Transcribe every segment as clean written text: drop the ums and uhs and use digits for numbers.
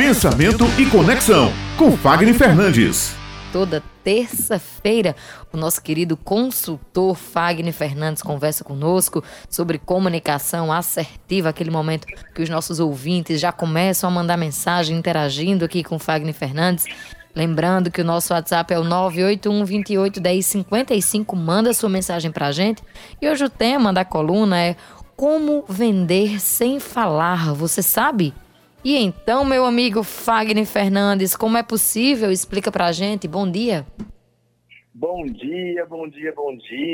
Pensamento e Conexão, com Fagner Fernandes. Toda terça-feira, o nosso querido consultor Fagner Fernandes conversa conosco sobre comunicação assertiva, aquele momento que os nossos ouvintes já começam a mandar mensagem, interagindo aqui com Fagner Fernandes. Lembrando que o nosso WhatsApp é o 981 28 10 55, manda sua mensagem pra gente. E hoje o tema da coluna é como vender sem falar, você sabe? E então, meu amigo Fagner Fernandes, como é possível? Explica pra gente. Bom dia. Bom dia, bom dia, bom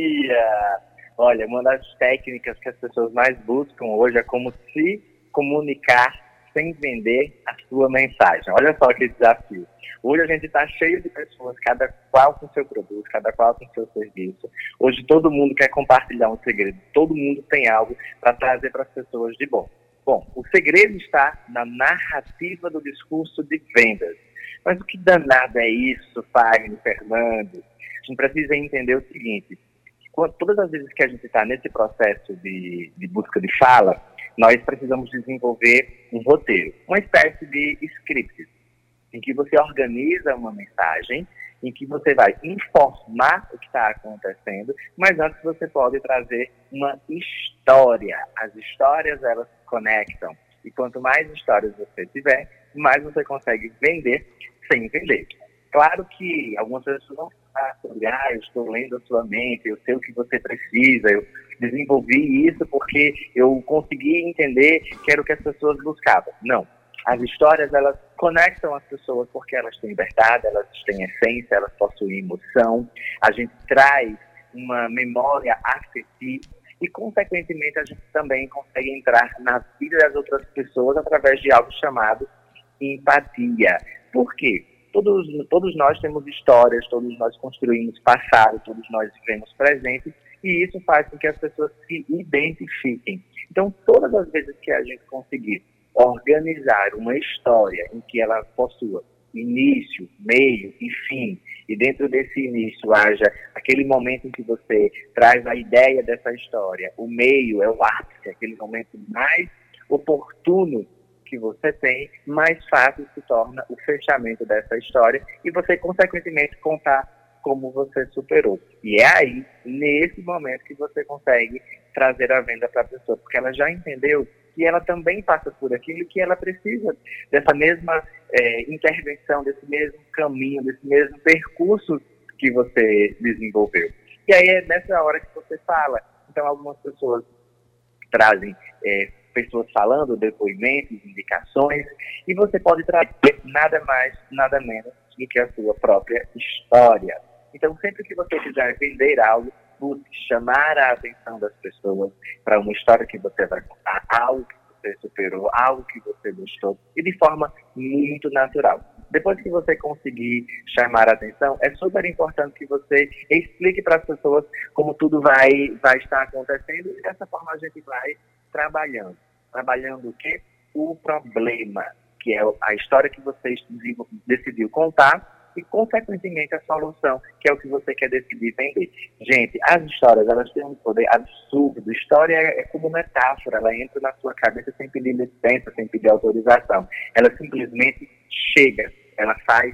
dia. Olha, uma das técnicas que as pessoas mais buscam hoje é como se comunicar sem vender a sua mensagem. Olha só que desafio. Hoje a gente está cheio de pessoas, cada qual com seu produto, cada qual com seu serviço. Hoje todo mundo quer compartilhar um segredo, todo mundo tem algo para trazer para as pessoas de bom. Bom, o segredo está na narrativa do discurso de vendas. Mas o que danado é isso, Fagner Fernandes? A gente precisa entender o seguinte, todas as vezes que a gente está nesse processo de busca de fala, nós precisamos desenvolver um roteiro, uma espécie de script, em que você organiza uma mensagem, em que você vai informar o que está acontecendo, mas antes você pode trazer uma história. As histórias, elas se conectam. E quanto mais histórias você tiver, mais você consegue vender sem vender. Claro que algumas pessoas vão falar sobre, eu estou lendo a sua mente, eu sei o que você precisa, eu desenvolvi isso porque eu consegui entender que era o que as pessoas buscavam. Não. As histórias, elas conectam as pessoas porque elas têm verdade, elas têm essência, elas possuem emoção. A gente traz uma memória afetiva e, consequentemente, a gente também consegue entrar na vida das outras pessoas através de algo chamado empatia. Por quê? Todos nós temos histórias, todos nós construímos passado, todos nós vivemos presente e isso faz com que as pessoas se identifiquem. Então, todas as vezes que a gente conseguir organizar uma história em que ela possua início, meio e fim, e dentro desse início haja aquele momento em que você traz a ideia dessa história, o meio é o ápice, aquele momento mais oportuno que você tem, mais fácil se torna o fechamento dessa história e você, consequentemente, contar como você superou. E é aí, nesse momento, que você consegue trazer a venda para a pessoa, porque ela já entendeu que ela também passa por aquilo, que ela precisa dessa mesma intervenção, desse mesmo caminho, desse mesmo percurso que você desenvolveu. E aí é nessa hora que você fala. Então, algumas pessoas trazem pessoas falando, depoimentos, indicações, e você pode trazer nada mais, nada menos do que a sua própria história. Então, sempre que você quiser vender algo, busque chamar a atenção das pessoas para uma história que você vai contar, algo que você superou, algo que você gostou, e de forma muito natural. Depois que você conseguir chamar a atenção, é super importante que você explique para as pessoas como tudo vai estar acontecendo, e dessa forma a gente vai trabalhando. Trabalhando o quê? O problema, que é a história que você decidiu contar, e, consequentemente, a solução, que é o que você quer decidir vender. Gente, as histórias, elas têm um poder absurdo. História é como metáfora, ela entra na sua cabeça sem pedir licença, sem pedir autorização. Ela simplesmente chega, ela faz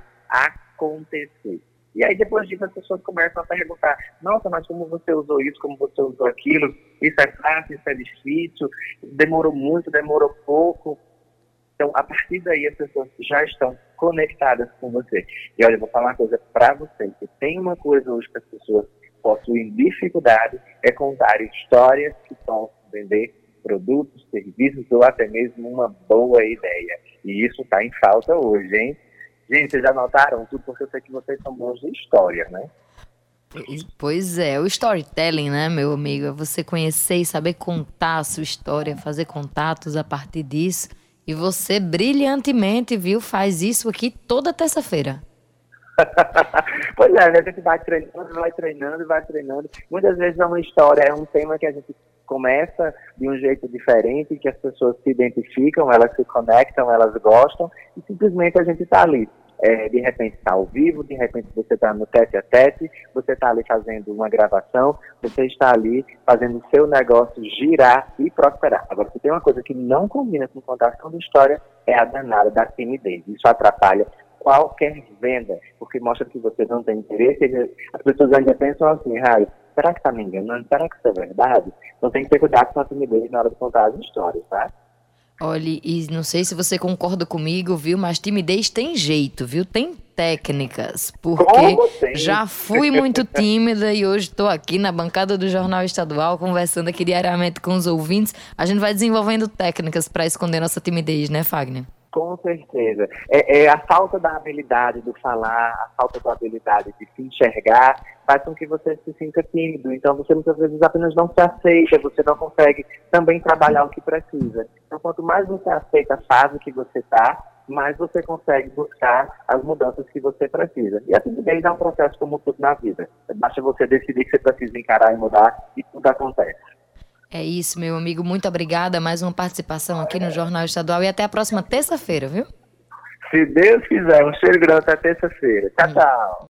acontecer. E aí, depois disso, as pessoas começam a perguntar, nossa, mas como você usou isso, como você usou aquilo? Isso é fácil, isso é difícil? Demorou muito, demorou pouco? Então, a partir daí, as pessoas já estão conectadas com você. E olha, eu vou falar uma coisa para você, que tem uma coisa hoje que as pessoas possuem dificuldade, é contar histórias que possam vender produtos, serviços ou até mesmo uma boa ideia. E isso está em falta hoje, hein? Gente, vocês já notaram tudo porque eu sei que vocês são bons de história, né? Pois é, o storytelling, né, meu amigo? É você conhecer e saber contar a sua história, fazer contatos a partir disso. E você brilhantemente, viu, faz isso aqui toda terça-feira. Pois é, a gente vai treinando. Muitas vezes é uma história, é um tema que a gente começa de um jeito diferente, que as pessoas se identificam, elas se conectam, elas gostam, e simplesmente a gente está ali De repente está ao vivo, de repente você está no tete-a-tete, você está ali fazendo uma gravação, você está ali fazendo o seu negócio girar e prosperar. Agora, se tem uma coisa que não combina com contação de história, é a danada da timidez. Isso atrapalha qualquer venda, porque mostra que você não tem interesse. As pessoas ainda pensam assim, será que está me enganando? Será que isso é verdade? Então tem que ter cuidado com a timidez na hora de contar as histórias, tá? Olha, e não sei se você concorda comigo, viu? Mas timidez tem jeito, viu? Tem técnicas, porque já fui muito tímida e hoje estou aqui na bancada do Jornal Estadual, conversando aqui diariamente com os ouvintes. A gente vai desenvolvendo técnicas para esconder nossa timidez, né, Fagner? Com certeza. É a falta da habilidade do falar, a falta da habilidade de se enxergar, faz com que você se sinta tímido. Então, você muitas vezes apenas não se aceita, você não consegue também trabalhar o que precisa. Então, quanto mais você aceita a fase que você está, mais você consegue buscar as mudanças que você precisa. E a timidez é um processo como tudo na vida. Basta você decidir que você precisa encarar e mudar e tudo acontece. É isso, meu amigo. Muito obrigada. Mais uma participação aqui no Jornal Estadual e até a próxima terça-feira, viu? Se Deus quiser, um cheiro grande até terça-feira. Tchau, tchau.